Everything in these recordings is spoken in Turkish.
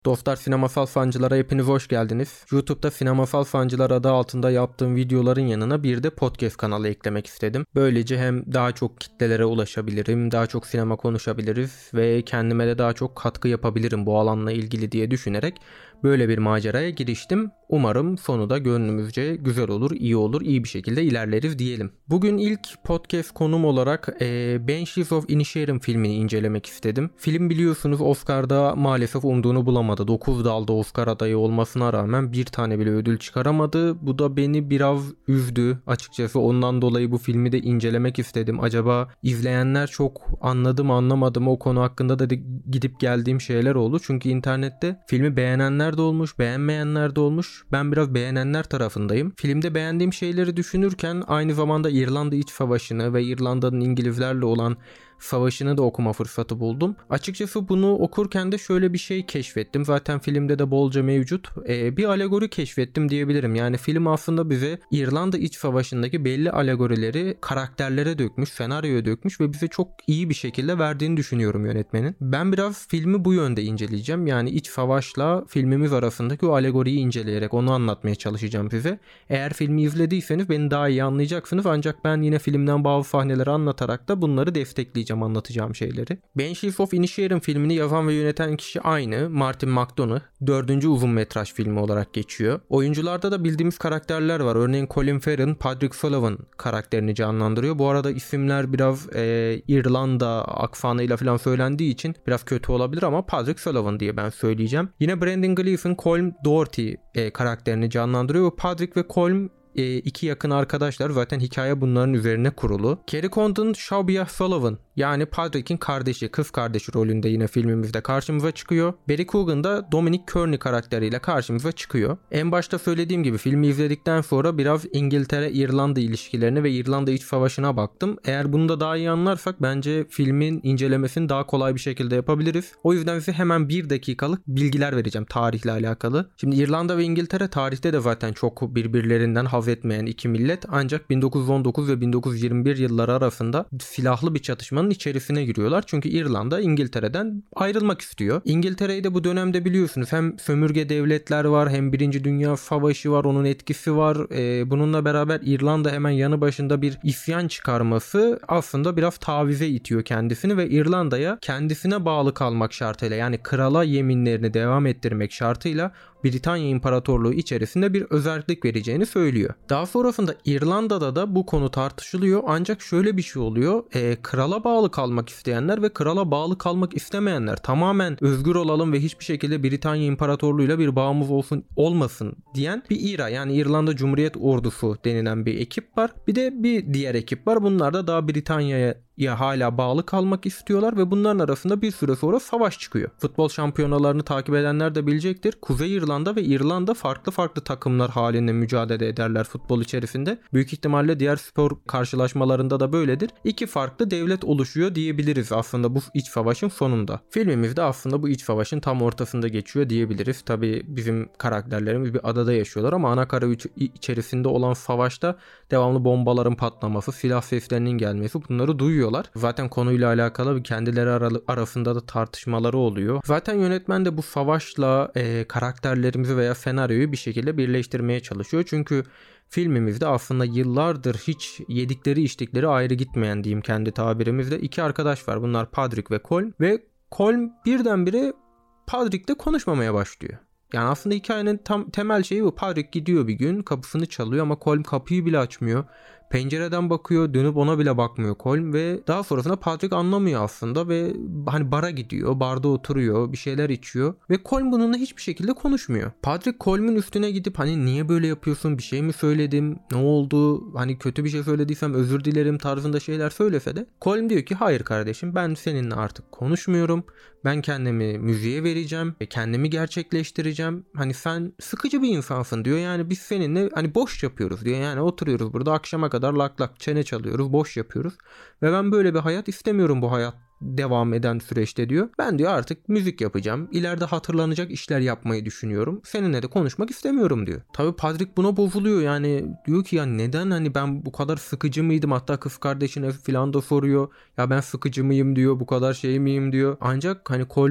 Dostlar, Sinemasal Fancılara hepiniz hoş geldiniz. YouTube'da Sinemasal Fancılar adı altında yaptığım videoların yanına bir de podcast kanalı eklemek istedim. Böylece hem daha çok kitlelere ulaşabilirim, daha çok sinema konuşabiliriz ve kendime de daha çok katkı yapabilirim bu alanla ilgili diye düşünerek böyle bir maceraya giriştim. Umarım sonu da gönlümüzce güzel olur, iyi bir şekilde ilerleriz diyelim. Bugün ilk podcast konum olarak Banshees of Inisherin filmini incelemek istedim. Film biliyorsunuz Oscar'da maalesef umduğunu bulamadı. 9 dalda Oscar adayı olmasına rağmen bir tane bile ödül çıkaramadı. Bu da beni biraz üzdü açıkçası. Ondan dolayı bu filmi de incelemek istedim. Acaba izleyenler çok anladı mı anlamadı mı, o konu hakkında da gidip geldiğim şeyler oldu. Çünkü internette filmi beğenenler de olmuş, beğenmeyenler de olmuş. Ben biraz beğenenler tarafındayım. Filmde beğendiğim şeyleri düşünürken aynı zamanda İrlanda İç Savaşı'nı ve İrlanda'nın İngilizlerle olan savaşını da okuma fırsatı buldum. Açıkçası bunu okurken de şöyle bir şey keşfettim. Zaten filmde de bolca mevcut. Bir alegori keşfettim diyebilirim. Yani film aslında bize İrlanda İç Savaşı'ndaki belli alegorileri karakterlere dökmüş, senaryoya dökmüş ve bize çok iyi bir şekilde verdiğini düşünüyorum yönetmenin. Ben biraz filmi bu yönde inceleyeceğim. Yani iç savaşla filmimiz arasındaki o alegoriyi inceleyerek onu anlatmaya çalışacağım size. Eğer filmi izlediyseniz beni daha iyi anlayacaksınız. Ancak ben yine filmden bazı sahneleri anlatarak da bunları destekleyeceğim, anlatacağım şeyleri. Banshees of Inisherin filmini yazan ve yöneten kişi aynı, Martin McDonagh. 4. uzun metraj filmi olarak geçiyor. Oyuncularda da bildiğimiz karakterler var. Örneğin Colin Farrell, Patrick Sullivan karakterini canlandırıyor. Bu arada isimler biraz İrlanda aksanıyla falan söylendiği için biraz kötü olabilir ama Patrick Sullivan diye ben söyleyeceğim. Yine Brendan Gleeson, Colm Doherty karakterini canlandırıyor. Patrick ve Colm iki yakın arkadaşlar. Zaten hikaye bunların üzerine kurulu. Kerry Condon, Shabia Sullivan yani Patrick'in kardeşi, kız kardeşi rolünde yine filmimizde karşımıza çıkıyor. Barry Coogan da Dominic Kearney karakteriyle karşımıza çıkıyor. En başta söylediğim gibi filmi izledikten sonra biraz İngiltere-İrlanda ilişkilerine ve İrlanda İç Savaşı'na baktım. Eğer bunu da daha iyi anlarsak bence filmin incelemesini daha kolay bir şekilde yapabiliriz. O yüzden size hemen 1 dakikalık bilgiler vereceğim tarihle alakalı. Şimdi İrlanda ve İngiltere tarihte de zaten çok birbirlerinden haz etmeyen iki millet, ancak 1919 ve 1921 yılları arasında silahlı bir çatışmanın içerisine giriyorlar. Çünkü İrlanda İngiltere'den ayrılmak istiyor. İngiltere'yi de bu dönemde biliyorsunuz hem sömürge devletler var, hem 1. Dünya Savaşı var, onun etkisi var. Bununla beraber İrlanda hemen yanı başında bir isyan çıkarması aslında biraz tavize itiyor kendisini ve İrlanda'ya kendisine bağlı kalmak şartıyla, yani krala yeminlerini devam ettirmek şartıyla Britanya İmparatorluğu içerisinde bir özerklik vereceğini söylüyor. Daha sonrasında İrlanda'da da bu konu tartışılıyor, ancak şöyle bir şey oluyor. Krala bağlı kalmak isteyenler ve krala bağlı kalmak istemeyenler, tamamen özgür olalım ve hiçbir şekilde Britanya İmparatorluğu'yla bir bağımız olmasın diyen bir İRA, yani İrlanda Cumhuriyet Ordusu denilen bir ekip var. Bir de bir diğer ekip var. Bunlar da daha Britanya'ya hala bağlı kalmak istiyorlar ve bunların arasında bir süre sonra savaş çıkıyor. Futbol şampiyonalarını takip edenler de bilecektir. Kuzey İrlanda ve İrlanda farklı takımlar halinde mücadele ederler futbol içerisinde. Büyük ihtimalle diğer spor karşılaşmalarında da böyledir. İki farklı devlet oluşuyor diyebiliriz aslında bu iç savaşın sonunda. Filmimiz de aslında bu iç savaşın tam ortasında geçiyor diyebiliriz. Tabii bizim karakterlerimiz bir adada yaşıyorlar ama ana kara içerisinde olan savaşta devamlı bombaların patlaması, silah seslerinin gelmesi, bunları duyuyorlar. Zaten konuyla alakalı kendileri arasında da tartışmaları oluyor. Zaten yönetmen de bu savaşla karakterlerimizi veya senaryoyu bir şekilde birleştirmeye çalışıyor. Çünkü filmimizde aslında yıllardır hiç yedikleri içtikleri ayrı gitmeyen, diyeyim kendi tabirimizde, iki arkadaş var. Bunlar Patrick ve Colm ve Colm birdenbire Patrick'le konuşmamaya başlıyor. Yani aslında hikayenin temel şeyi bu. Patrick gidiyor bir gün, kapısını çalıyor ama Colm kapıyı bile açmıyor. Pencereden bakıyor, dönüp ona bile bakmıyor Colm ve daha sonrasında Patrick anlamıyor aslında ve hani bara gidiyor, barda oturuyor, bir şeyler içiyor ve Colm bununla hiçbir şekilde konuşmuyor. Patrick Colm'un üstüne gidip hani niye böyle yapıyorsun, bir şey mi söyledim, ne oldu, hani kötü bir şey söylediysem özür dilerim tarzında şeyler söylese de Colm diyor ki hayır kardeşim, ben seninle artık konuşmuyorum, ben kendimi müziğe vereceğim ve kendimi gerçekleştireceğim, hani sen sıkıcı bir insansın diyor, yani biz seninle hani boş yapıyoruz diyor, yani oturuyoruz burada akşama kadar lak lak çene çalıyoruz, boş yapıyoruz ve ben böyle bir hayat istemiyorum bu hayat devam eden süreçte diyor. Ben diyor artık müzik yapacağım. İleride hatırlanacak işler yapmayı düşünüyorum. Seninle de konuşmak istemiyorum diyor. Tabii Patrick buna bozuluyor. Yani diyor ki ya neden, hani ben bu kadar sıkıcı mıydım? Hatta kız kardeşine falan da soruyor. Ya ben sıkıcı mıyım diyor. Bu kadar şey miyim diyor. Ancak hani Colm'ün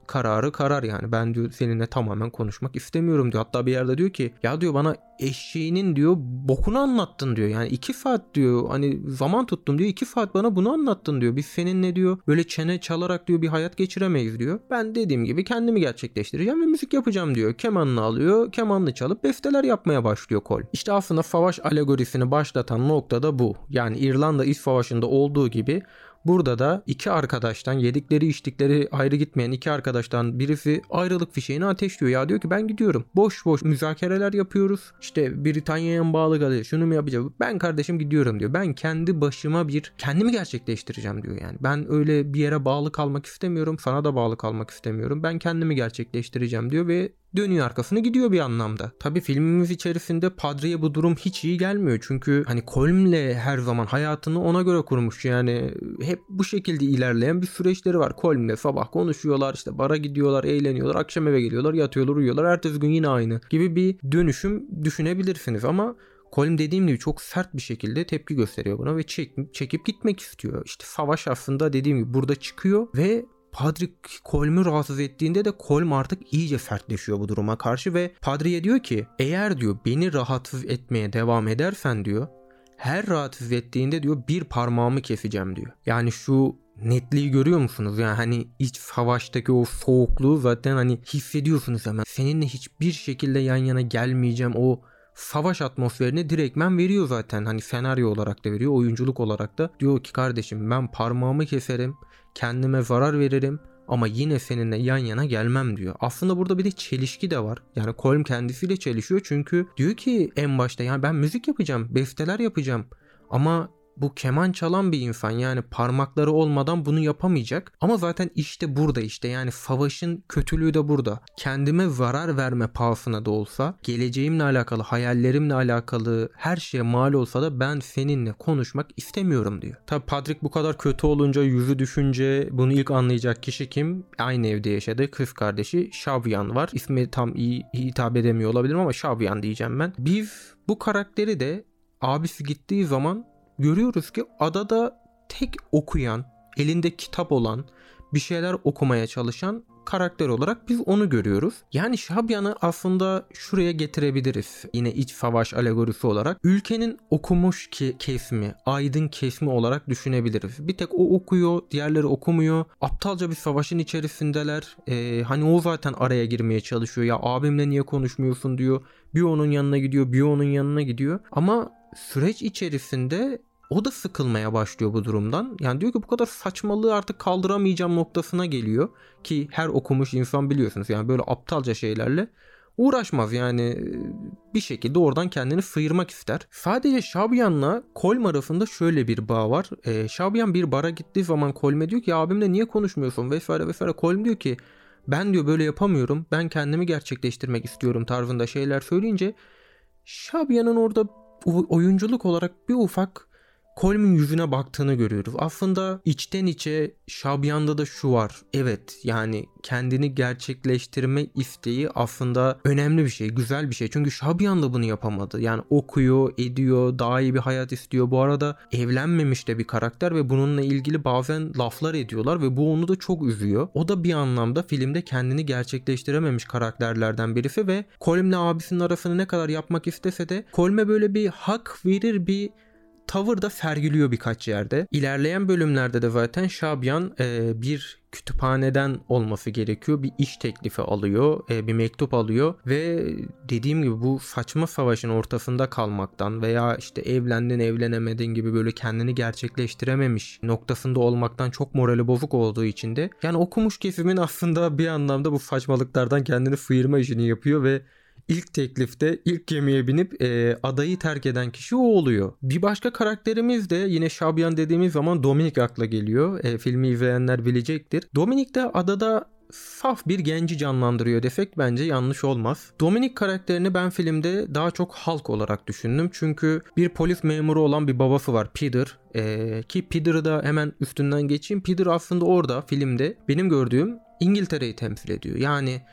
kararı karar yani. Ben diyor seninle tamamen konuşmak istemiyorum diyor. Hatta bir yerde diyor ki ya diyor bana eşeğinin diyor bokunu anlattın diyor. Yani 2 saat diyor hani zaman tuttum diyor. 2 saat bana bunu anlattın diyor. Biz seninle diyor böyle çene çalarak diyor bir hayat geçiremeyiz diyor. Ben dediğim gibi kendimi gerçekleştireceğim ve müzik yapacağım diyor. Kemanını alıyor. Kemanını çalıp besteler yapmaya başlıyor Colm. İşte aslında savaş alegorisini başlatan nokta da bu. Yani İrlanda İç Savaşı'nda olduğu gibi burada da iki arkadaştan yedikleri içtikleri ayrı gitmeyen iki arkadaştan birisi ayrılık fişeğini ateşliyor. Ya diyor ki ben gidiyorum. Boş boş müzakereler yapıyoruz. İşte Britanya'ya mı bağlı kalıyor? Şunu mu yapacağım? Ben kardeşim gidiyorum diyor. Ben kendi başıma kendimi gerçekleştireceğim diyor yani. Ben öyle bir yere bağlı kalmak istemiyorum. Sana da bağlı kalmak istemiyorum. Ben kendimi gerçekleştireceğim diyor ve dönüyor arkasını gidiyor bir anlamda. Tabii filmimiz içerisinde Padre'ye bu durum hiç iyi gelmiyor. Çünkü hani Colm'le her zaman hayatını ona göre kurmuş. Yani hep bu şekilde ilerleyen bir süreçleri var. Colm'le sabah konuşuyorlar, işte bara gidiyorlar, eğleniyorlar, akşam eve geliyorlar, yatıyorlar, uyuyorlar. Ertesi gün yine aynı gibi bir dönüşüm düşünebilirsiniz ama Colm dediğim gibi çok sert bir şekilde tepki gösteriyor buna ve çekip gitmek istiyor. İşte savaş aslında dediğim gibi burada çıkıyor ve Padre Colm'u rahatsız ettiğinde de Colm artık iyice sertleşiyor bu duruma karşı ve Padre'ye diyor ki eğer diyor beni rahatsız etmeye devam edersen diyor her rahatsız ettiğinde diyor bir parmağımı keseceğim diyor. Yani şu netliği görüyor musunuz? Yani hani iç savaştaki o soğukluğu zaten hani hissediyorsunuz hemen. Seninle hiçbir şekilde yan yana gelmeyeceğim o savaş atmosferini direktmen veriyor zaten. Hani senaryo olarak da veriyor, oyunculuk olarak da. Diyor ki kardeşim ben parmağımı keserim, kendime zarar veririm ama yine seninle yan yana gelmem diyor. Aslında burada bir de çelişki de var. Yani Colm kendisiyle çelişiyor çünkü diyor ki en başta yani ben müzik yapacağım, besteler yapacağım ama bu keman çalan bir insan yani parmakları olmadan bunu yapamayacak. Ama zaten işte burada işte yani savaşın kötülüğü de burada. Kendime zarar verme pahasına da olsa geleceğimle alakalı, hayallerimle alakalı her şeye mal olsa da ben seninle konuşmak istemiyorum diyor. Tabi Patrick bu kadar kötü olunca, yüzü düşünce bunu ilk anlayacak kişi kim? Aynı evde yaşadığı kız kardeşi Shabyan var. İsmi tam iyi hitap edemiyor olabilirim ama Shabyan diyeceğim ben. Biz bu karakteri de abisi gittiği zaman görüyoruz ki adada tek okuyan, elinde kitap olan, bir şeyler okumaya çalışan karakter olarak biz onu görüyoruz. Yani Shabyan'ı aslında şuraya getirebiliriz. Yine iç savaş alegorisi olarak. Ülkenin okumuş kesimi, aydın kesimi olarak düşünebiliriz. Bir tek o okuyor, diğerleri okumuyor. Aptalca bir savaşın içerisindeler. Hani o zaten araya girmeye çalışıyor. Ya abimle niye konuşmuyorsun diyor. Bir onun yanına gidiyor, bir onun yanına gidiyor. Ama süreç içerisinde o da sıkılmaya başlıyor bu durumdan. Yani diyor ki bu kadar saçmalığı artık kaldıramayacağım noktasına geliyor. Ki her okumuş insan biliyorsunuz yani böyle aptalca şeylerle uğraşmaz. Yani bir şekilde oradan kendini sıyırmak ister. Sadece Shabyan'la Colm arasında şöyle bir bağ var. Shabyan bir bara gittiği zaman Colm'e diyor ki abimle niye konuşmuyorsun vesaire vesaire. Colm diyor ki ben diyor böyle yapamıyorum. Ben kendimi gerçekleştirmek istiyorum tarzında şeyler söyleyince Shabyan'ın orada oyunculuk olarak bir ufak Colm'un yüzüne baktığını görüyoruz. Aslında içten içe Shabyan'da da şu var. Evet yani kendini gerçekleştirme isteği aslında önemli bir şey, güzel bir şey. Çünkü Shabyan da bunu yapamadı. Yani okuyor, ediyor, daha iyi bir hayat istiyor. Bu arada evlenmemiş de bir karakter ve bununla ilgili bazen laflar ediyorlar ve bu onu da çok üzüyor. O da bir anlamda filmde kendini gerçekleştirememiş karakterlerden birisi ve Colm'le abisinin arasını ne kadar yapmak istese de Colm'e böyle bir hak verir bir tavır da sergiliyor birkaç yerde. İlerleyen bölümlerde de zaten Shabyan bir kütüphaneden olması gerekiyor. Bir iş teklifi alıyor, bir mektup alıyor ve dediğim gibi bu saçma savaşın ortasında kalmaktan veya işte evlendin evlenemedin gibi böyle kendini gerçekleştirememiş noktasında olmaktan çok morali bozuk olduğu için de yani okumuş kesimin aslında bir anlamda bu saçmalıklardan kendini sıyırma işini yapıyor ve İlk teklifte ilk gemiye binip adayı terk eden kişi o oluyor. Bir başka karakterimiz de yine Shabyan dediğimiz zaman Dominic akla geliyor. Filmi izleyenler bilecektir. Dominic de adada saf bir genci canlandırıyor desek bence yanlış olmaz. Dominic karakterini ben filmde daha çok halk olarak düşündüm. Çünkü bir polis memuru olan bir babası var Peter. Ki Peter'ı da hemen üstünden geçeyim. Peter aslında orada filmde benim gördüğüm İngiltere'yi temsil ediyor. Yani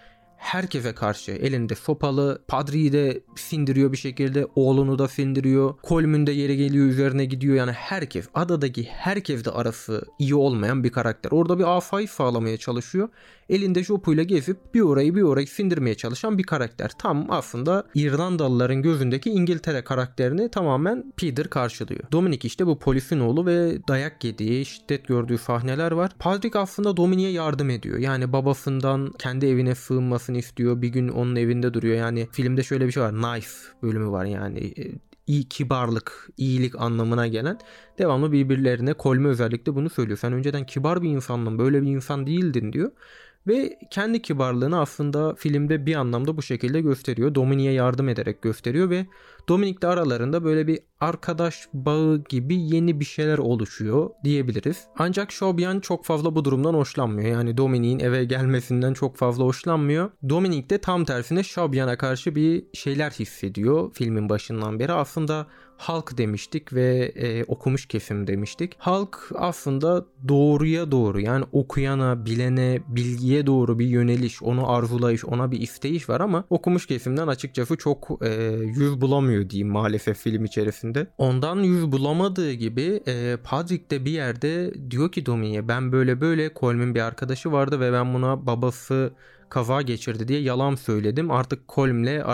herkese karşı elinde sopalı, Padri'yi de sindiriyor bir şekilde, oğlunu da sindiriyor, Colm'ün de yere geliyor üzerine gidiyor. Yani herkes, adadaki herkes de arası iyi olmayan bir karakter. Orada bir asayiş sağlamaya çalışıyor. Elinde jopuyla gezip bir orayı sindirmeye çalışan bir karakter. Tam aslında İrlandalıların gözündeki İngiltere karakterini tamamen Peter karşılıyor. Dominic işte bu polisin oğlu ve dayak yediği, şiddet gördüğü sahneler var. Patrick aslında Dominic'e yardım ediyor. Yani babasından kendi evine sığınmasını istiyor. Bir gün onun evinde duruyor. Yani filmde şöyle bir şey var. Nice bölümü var yani. İyi, kibarlık, iyilik anlamına gelen, devamlı birbirlerine, Colm özellikle bunu söylüyor. Sen önceden kibar bir insandın, böyle bir insan değildin diyor. Ve kendi kibarlığını aslında filmde bir anlamda bu şekilde gösteriyor. Dominic'e yardım ederek gösteriyor ve Dominic'le aralarında böyle bir arkadaş bağı gibi yeni bir şeyler oluşuyor diyebiliriz. Ancak Chaubian çok fazla bu durumdan hoşlanmıyor. Yani Dominic'in eve gelmesinden çok fazla hoşlanmıyor. Dominic de tam tersine Chaubian'a karşı bir şeyler hissediyor filmin başından beri. Aslında halk demiştik ve okumuş kesim demiştik. Halk aslında doğruya doğru, yani okuyana, bilene, bilgiye doğru bir yöneliş, onu arzulayış, ona bir isteyiş var ama okumuş kesimden açıkçası çok yüz bulamıyor diyeyim maalesef film içerisinde. Ondan yüz bulamadığı gibi Patrick de bir yerde diyor ki Dominic'e, ben böyle Colm'ün bir arkadaşı vardı ve ben buna babası kaza geçirdi diye yalan söyledim. Artık Colm'le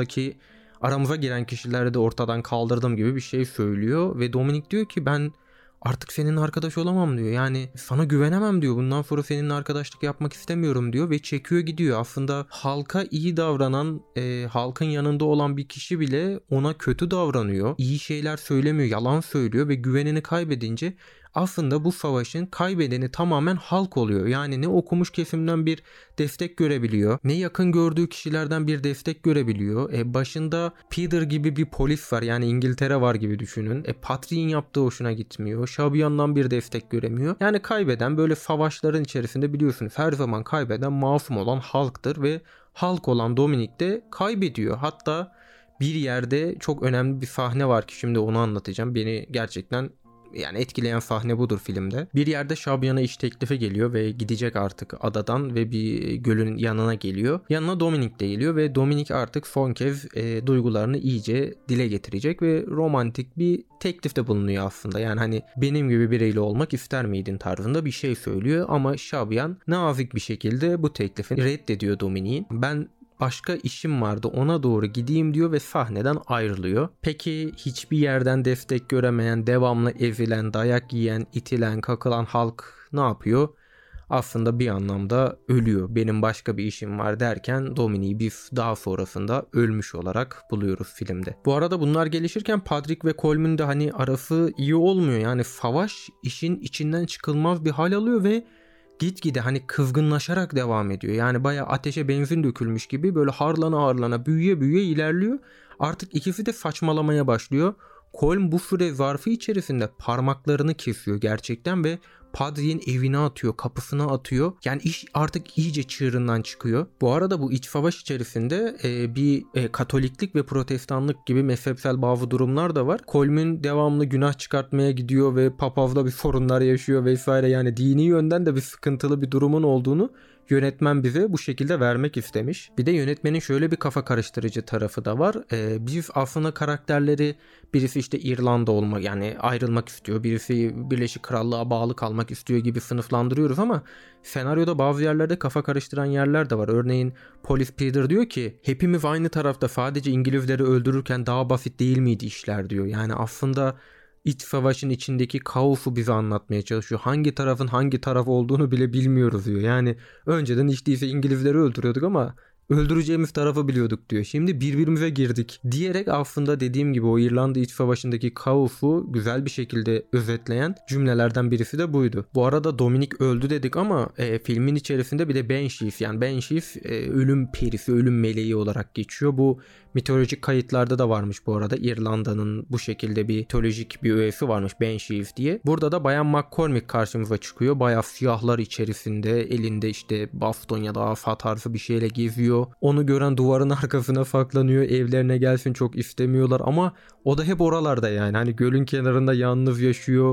aramıza giren kişileri de ortadan kaldırdım gibi bir şey söylüyor ve Dominic diyor ki ben artık senin arkadaş olamam diyor. Yani sana güvenemem diyor. Bundan sonra seninle arkadaşlık yapmak istemiyorum diyor ve çekiyor gidiyor. Aslında halka iyi davranan, halkın yanında olan bir kişi bile ona kötü davranıyor. İyi şeyler söylemiyor, yalan söylüyor ve güvenini kaybedince aslında bu savaşın kaybedeni tamamen halk oluyor. Yani ne okumuş kesimden bir destek görebiliyor, ne yakın gördüğü kişilerden bir destek görebiliyor. Başında Peter gibi bir polis var, yani İngiltere var gibi düşünün. Patrick'in yaptığı hoşuna gitmiyor. Chaubian'dan bir destek göremiyor. Yani kaybeden, böyle savaşların içerisinde biliyorsunuz her zaman kaybeden masum olan halktır ve halk olan Dominic de kaybediyor. Hatta bir yerde çok önemli bir sahne var ki şimdi onu anlatacağım. Beni gerçekten yani etkileyen sahne budur filmde. Bir yerde Chaubian'a iş teklifi geliyor ve gidecek artık adadan ve bir gölün yanına geliyor. Yanına Dominic de geliyor ve Dominic artık son kez duygularını iyice dile getirecek ve romantik bir teklifte bulunuyor aslında. Yani hani benim gibi biriyle olmak ister miydin tarzında bir şey söylüyor ama Chaubian nazik bir şekilde bu teklifini reddediyor Dominic'in. Ben başka işim vardı, ona doğru gideyim diyor ve sahneden ayrılıyor. Peki hiçbir yerden destek göremeyen, devamlı ezilen, dayak yiyen, itilen, kakılan halk ne yapıyor? Aslında bir anlamda ölüyor. Benim başka bir işim var derken Dominic'i biz daha sonrasında ölmüş olarak buluyoruz filmde. Bu arada bunlar gelişirken Patrick ve Colm'ün de hani arası iyi olmuyor. Yani savaş işin içinden çıkılmaz bir hal alıyor ve gitgide hani kızgınlaşarak devam ediyor. Yani bayağı ateşe benzin dökülmüş gibi böyle harlana büyüye ilerliyor. Artık ikisi de saçmalamaya başlıyor. Colm bu süre zarfı içerisinde parmaklarını kesiyor gerçekten ve Padri'nin evine atıyor, kapısına atıyor. Yani iş artık iyice çığırından çıkıyor. Bu arada bu iç savaş içerisinde bir Katoliklik ve Protestanlık gibi mezhepsel bazı durumlar da var. Colm'ün devamlı günah çıkartmaya gidiyor ve papazla bir sorunlar yaşıyor vesaire. Yani dini yönden de bir sıkıntılı bir durumun olduğunu yönetmen bize bu şekilde vermek istemiş. Bir de yönetmenin şöyle bir kafa karıştırıcı tarafı da var. Biz aslında karakterleri, birisi işte İrlanda olmak, yani ayrılmak istiyor, birisi Birleşik Krallığa bağlı kalmak istiyor gibi sınıflandırıyoruz ama senaryoda bazı yerlerde kafa karıştıran yerler de var. Örneğin polis Peter diyor ki hepimiz aynı tarafta, sadece İngilizleri öldürürken daha basit değil miydi işler diyor. Yani aslında İç savaşın içindeki kaosu bize anlatmaya çalışıyor. Hangi tarafın hangi taraf olduğunu bile bilmiyoruz diyor. Yani önceden hiç değilse İngilizleri öldürüyorduk ama öldüreceğimiz tarafı biliyorduk diyor. Şimdi birbirimize girdik diyerek aslında dediğim gibi o İrlanda İç Savaşı'ndaki kaosu güzel bir şekilde özetleyen cümlelerden birisi de buydu. Bu arada Dominic öldü dedik ama filmin içerisinde bir de Banshees, yani Banshees ölüm perisi, ölüm meleği olarak geçiyor. Bu mitolojik kayıtlarda da varmış bu arada. İrlanda'nın bu şekilde bir mitolojik bir öğesi varmış, Banshees diye. Burada da Bayan McCormick karşımıza çıkıyor. Bayağı siyahlar içerisinde, elinde işte baston ya da asa tarzı bir şeyle geziyor. Onu gören duvarın arkasına saklanıyor. Evlerine gelsin çok istemiyorlar ama o da hep oralarda yani. Hani gölün kenarında yalnız yaşıyor.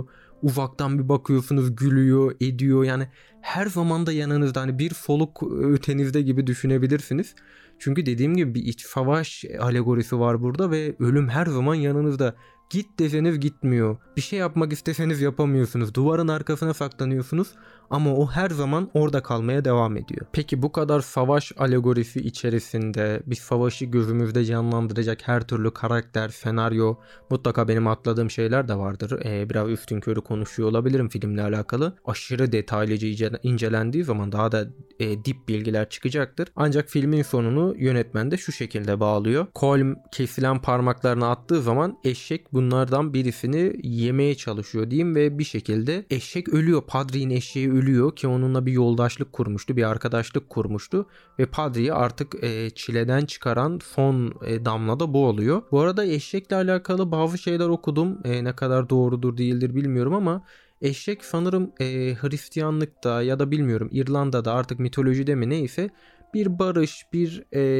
Uzaktan bir bakıyorsunuz gülüyor, ediyor. Yani her zaman da yanınızda, hani bir soluk ötenizde gibi düşünebilirsiniz. Çünkü dediğim gibi bir iç savaş alegorisi var burada ve ölüm her zaman yanınızda. Git deseniz gitmiyor. Bir şey yapmak isteseniz yapamıyorsunuz. Duvarın arkasına saklanıyorsunuz ama o her zaman orada kalmaya devam ediyor. Peki bu kadar savaş alegorisi içerisinde bir savaşı gözümüzde canlandıracak her türlü karakter, senaryo, mutlaka benim atladığım şeyler de vardır. Biraz üstünkörü konuşuyor olabilirim filmle alakalı. Aşırı detaylıca incelendiği zaman daha da dip bilgiler çıkacaktır. Ancak filmin sonunu yönetmen de şu şekilde bağlıyor. Colm kesilen parmaklarını attığı zaman eşek bunlardan birisini yemeye çalışıyor diyeyim ve bir şekilde eşek ölüyor. Padri'nin eşeği ölüyor ki onunla bir yoldaşlık kurmuştu, bir arkadaşlık kurmuştu ve Padri'yi artık çileden çıkaran son damla da bu oluyor. Bu arada eşekle alakalı bazı şeyler okudum. Ne kadar doğrudur değildir bilmiyorum ama eşek sanırım Hristiyanlıkta ya da bilmiyorum İrlanda'da artık mitolojide mi neyse bir barış, bir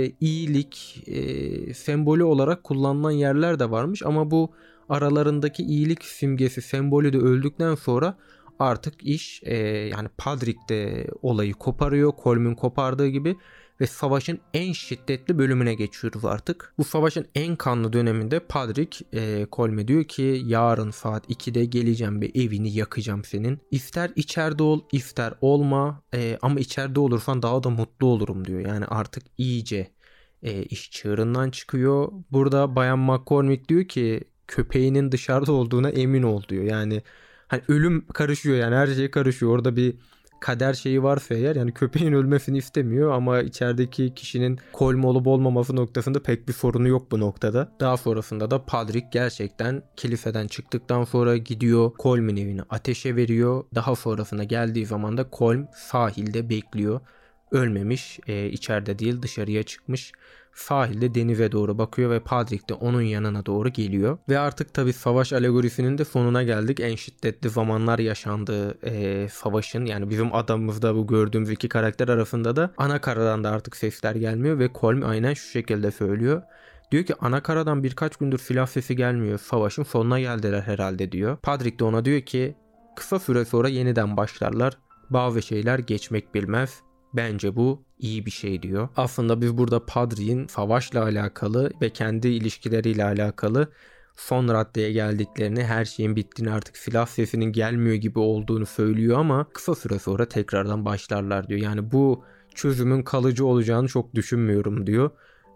iyilik sembolü olarak kullanılan yerler de varmış ama bu aralarındaki iyilik simgesi, sembolü de öldükten sonra artık iş yani Padrik de olayı koparıyor, Colm'ün kopardığı gibi ve savaşın en şiddetli bölümüne geçiyoruz artık. Bu savaşın en kanlı döneminde Padrik Colm'e diyor ki yarın saat 2'de geleceğim ve evini yakacağım senin. İster içeride ol, ister olma ama içeride olursan daha da mutlu olurum diyor. Yani artık iyice iş çığırından çıkıyor. Burada Bayan McCormick diyor ki köpeğinin dışarıda olduğuna emin ol diyor. Yani hani ölüm karışıyor, yani her şey karışıyor. Orada bir kader şeyi varsa eğer, yani köpeğin ölmesini istemiyor ama içerideki kişinin Colm olup olmaması noktasında pek bir sorunu yok bu noktada. Daha sonrasında da Padrik gerçekten kiliseden çıktıktan sonra gidiyor Colm'ün evini ateşe veriyor. Daha sonrasında geldiği zaman da Colm sahilde bekliyor. Ölmemiş, içeride değil dışarıya çıkmış. Sahilde denize doğru bakıyor ve Padrik de onun yanına doğru geliyor. Ve artık tabii savaş alegorisinin de sonuna geldik. En şiddetli zamanlar yaşandığı savaşın, yani bizim adamımızda bu gördüğümüz iki karakter arasında da ana karadan da artık sesler gelmiyor ve Colm aynen şu şekilde söylüyor. Diyor ki ana karadan birkaç gündür silah sesi gelmiyor. Savaşın sonuna geldiler herhalde diyor. Padrik de ona diyor ki kısa süre sonra yeniden başlarlar. Bazı şeyler geçmek bilmez. Bence bu iyi bir şey diyor. Aslında biz burada Padri'nin savaşla alakalı ve kendi ilişkileriyle alakalı son raddeye geldiklerini, her şeyin bittiğini, artık silah sesinin gelmiyor gibi olduğunu söylüyor ama kısa süre sonra tekrardan başlarlar diyor. Yani bu çözümün kalıcı olacağını çok düşünmüyorum diyor.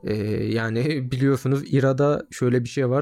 Yani biliyorsunuz İRA'da şöyle bir şey var.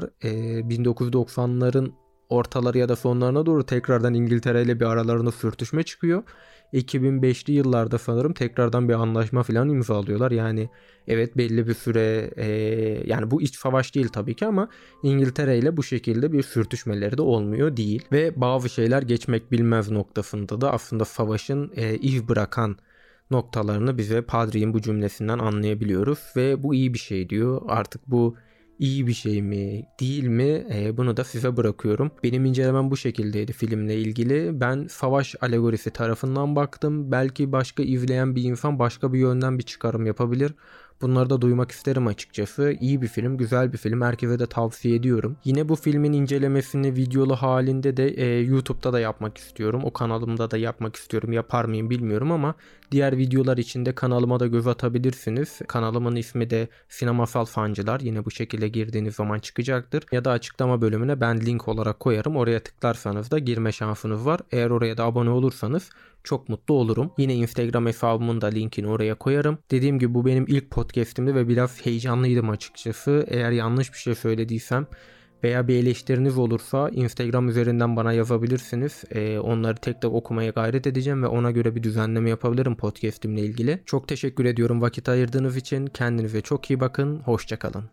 1990'ların ortaları ya da sonlarına doğru tekrardan İngiltere ile bir aralarında sürtüşme çıkıyor. 2005'li yıllarda sanırım tekrardan bir anlaşma falan imzalıyorlar. Yani evet, belli bir süre yani bu iç savaş değil tabii ki ama İngiltere ile bu şekilde bir sürtüşmeleri de olmuyor değil. Ve bazı şeyler geçmek bilmez noktasında da aslında savaşın iz bırakan noktalarını bize Padri'nin bu cümlesinden anlayabiliyoruz. Ve bu iyi bir şey diyor. Artık bu İyi bir şey mi değil mi bunu da size bırakıyorum. Benim incelemem bu şekildeydi filmle ilgili. Ben savaş alegorisi tarafından baktım. Belki başka izleyen bir insan başka bir yönden bir çıkarım yapabilir. Bunları da duymak isterim açıkçası. İyi bir film, güzel bir film. Herkese de tavsiye ediyorum. Yine bu filmin incelemesini videolu halinde de YouTube'da da yapmak istiyorum. O kanalımda da yapmak istiyorum. Yapar mıyım bilmiyorum ama diğer videolar için de kanalıma da göz atabilirsiniz. Kanalımın ismi de Sinemasal Fancılar. Yine bu şekilde girdiğiniz zaman çıkacaktır. Ya da açıklama bölümüne ben link olarak koyarım. Oraya tıklarsanız da girme şansınız var. Eğer oraya da abone olursanız çok mutlu olurum. Yine Instagram hesabımın da linkini oraya koyarım. Dediğim gibi bu benim ilk podcast'imdi ve biraz heyecanlıydım açıkçası. Eğer yanlış bir şey söylediysem veya bir eleştiriniz olursa Instagram üzerinden bana yazabilirsiniz. Onları tek tek okumaya gayret edeceğim ve ona göre bir düzenleme yapabilirim podcast'imle ilgili. Çok teşekkür ediyorum vakit ayırdığınız için. Kendinize çok iyi bakın. Hoşça kalın.